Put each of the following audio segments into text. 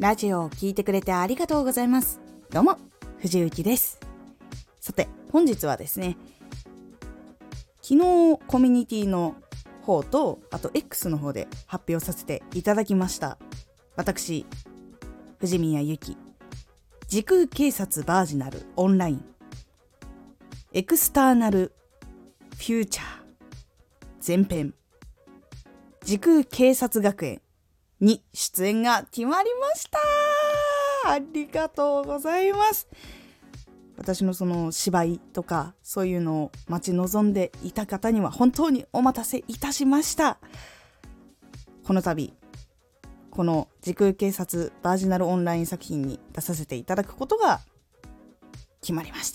ラジオを聞いてくれてありがとうございます。どうも、藤幸です。さて、本日はですね、昨日コミュニティの方と、あと X の方で発表させていただきました。私、藤宮ゆき、時空警察バージナルオンライン、エクスターナルフューチャー前編、時空警察学園に出演が決まりました。ありがとうございます。私のその芝居とかそういうのを待ち望んでいた方には本当にお待たせいたしました。この度この時空警察バージナルオンライン作品に出させていただくことが決まりました。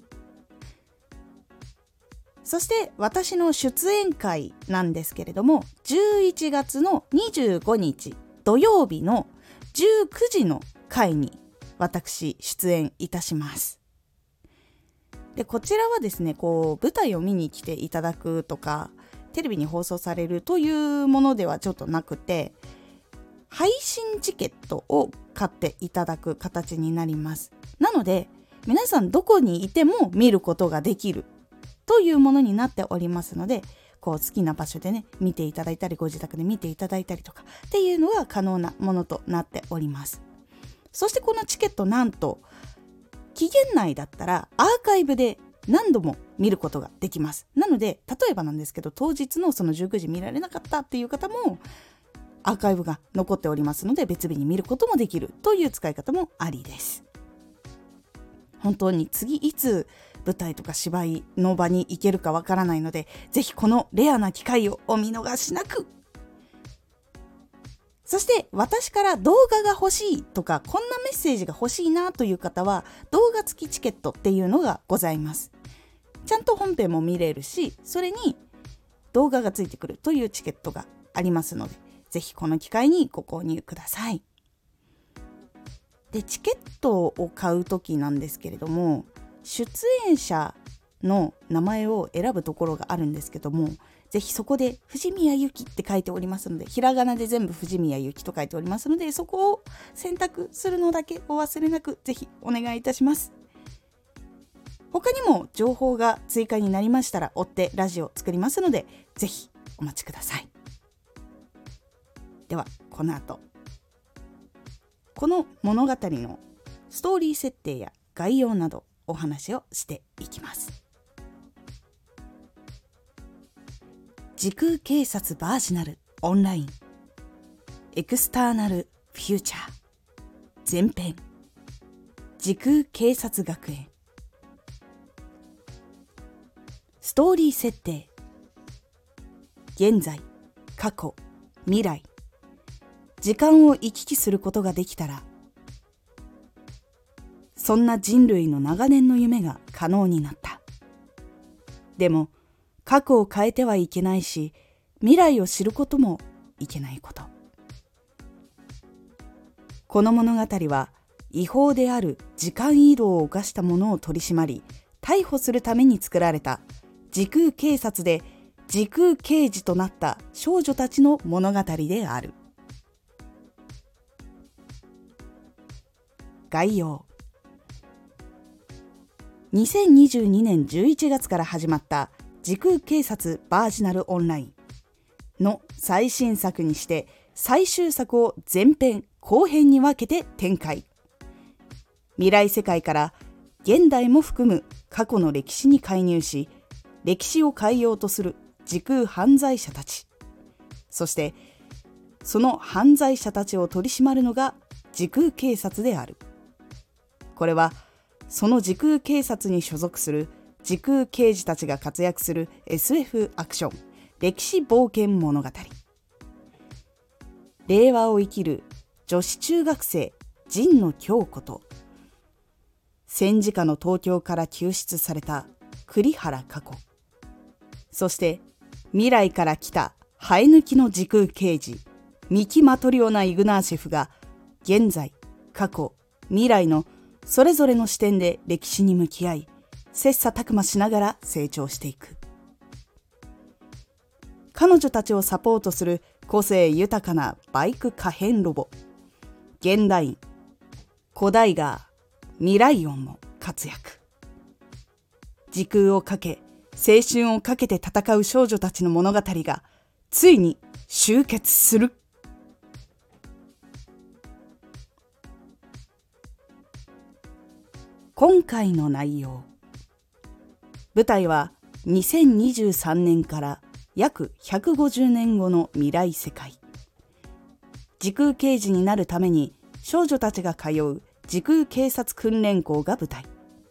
そして私の出演会なんですけれども、11月の25日土曜日の19時の回に私出演いたします。で、こちらはですね、舞台を見に来ていただくとかテレビに放送されるというものではちょっとなくて、配信チケットを買っていただく形になります。なので皆さんどこにいても見ることができるというものになっておりますので、好きな場所でね見ていただいたり、ご自宅で見ていただいたりとかっていうのが可能なものとなっております。そしてこのチケット、なんと期限内だったらアーカイブで何度も見ることができます。なので例えばなんですけど、当日のその19時見られなかったっていう方もアーカイブが残っておりますので、別日に見ることもできるという使い方もありです。本当に次いつ舞台とか芝居の場に行けるかわからないので、ぜひこのレアな機会をお見逃しなく。そして私から動画が欲しいとか、こんなメッセージが欲しいなという方は、動画付きチケットっていうのがございます。ちゃんと本編も見れるし、それに動画がついてくるというチケットがありますので、ぜひこの機会にご購入ください。で、チケットを買うときなんですけれども、出演者の名前を選ぶところがあるんですけども、ぜひそこで藤宮ゆきって書いておりますので、ひらがなで全部藤宮ゆきと書いておりますので、そこを選択するのだけお忘れなく、ぜひお願いいたします。他にも情報が追加になりましたら追ってラジオを作りますので、ぜひお待ちください。ではこの後、この物語のストーリー設定や概要などお話をしていきます。時空警察バージナルオンライン、エクスターナルフューチャー前編、時空警察学園。ストーリー設定。現在、過去、未来、時間を行き来することができたら、そんな人類の長年の夢が可能になった。でも過去を変えてはいけないし、未来を知ることもいけないこと。この物語は違法である時間移動を犯した者を取り締まり逮捕するために作られた時空警察で時空刑事となった少女たちの物語である。概要。2022年11月から始まった時空警察バージナルオンラインの最新作にして、最終作を前編後編に分けて展開。未来世界から現代も含む過去の歴史に介入し、歴史を変えようとする時空犯罪者たち、そしてその犯罪者たちを取り締まるのが時空警察である。これはその時空警察に所属する時空刑事たちが活躍する SF アクション歴史冒険物語。令和を生きる女子中学生神野京子と、戦時下の東京から救出された栗原佳子、そして未来から来た生え抜きの時空刑事ミキ・マトリオナ・イグナーシェフが、現在、過去、未来のそれぞれの視点で歴史に向き合い、切磋琢磨しながら成長していく。彼女たちをサポートする個性豊かなバイク可変ロボ、 現代院、古代ガー、未来音も活躍。時空をかけ、青春をかけて戦う少女たちの物語がついに集結する。今回の内容。舞台は2023年から約150年後の未来世界。時空刑事になるために少女たちが通う時空警察訓練校が舞台。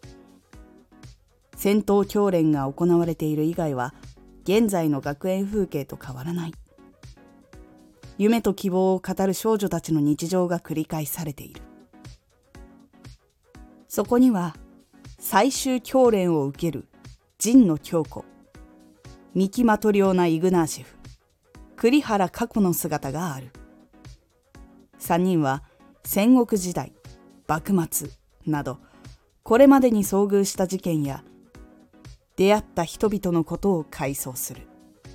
戦闘教練が行われている以外は現在の学園風景と変わらない。夢と希望を語る少女たちの日常が繰り返されている。そこには最終教練を受ける神野京子、三木マトリョーナ・イグナーシェフ、栗原佳子の姿がある。3人は戦国時代、幕末などこれまでに遭遇した事件や出会った人々のことを回想する。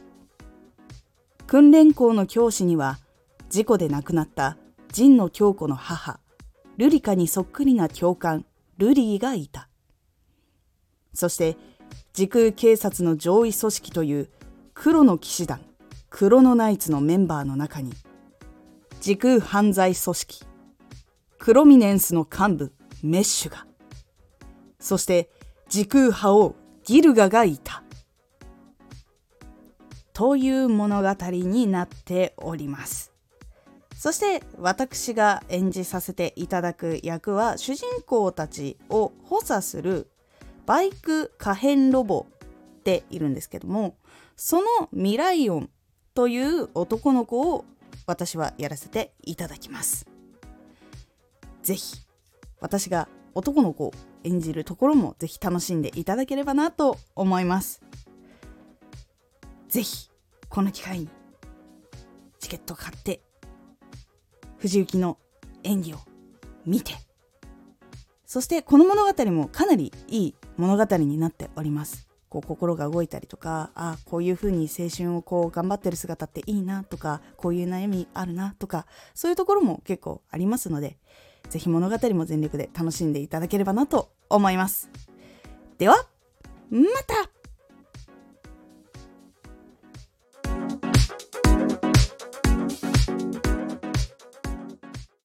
訓練校の教師には事故で亡くなった神野京子の母瑠璃香にそっくりな教官瑠璃がいた。そして時空警察の上位組織という黒の騎士団クロノナイツのメンバーの中に時空犯罪組織クロミネンスの幹部メッシュが、そして時空覇王ギルガがいたという物語になっております。そして私が演じさせていただく役は主人公たちを補佐するバイク可変ロボでいるんですけども、そのミライオンという男の子を私はやらせていただきます。ぜひ私が男の子を演じるところもぜひ楽しんでいただければなと思います。ぜひこの機会にチケットを買って藤幸の演技を見て、そしてこの物語もかなりいい物語になっております。心が動いたりとか、こういう風に青春を頑張ってる姿っていいなとか、こういう悩みあるなとか、そういうところも結構ありますので、ぜひ物語も全力で楽しんでいただければなと思います。ではまた。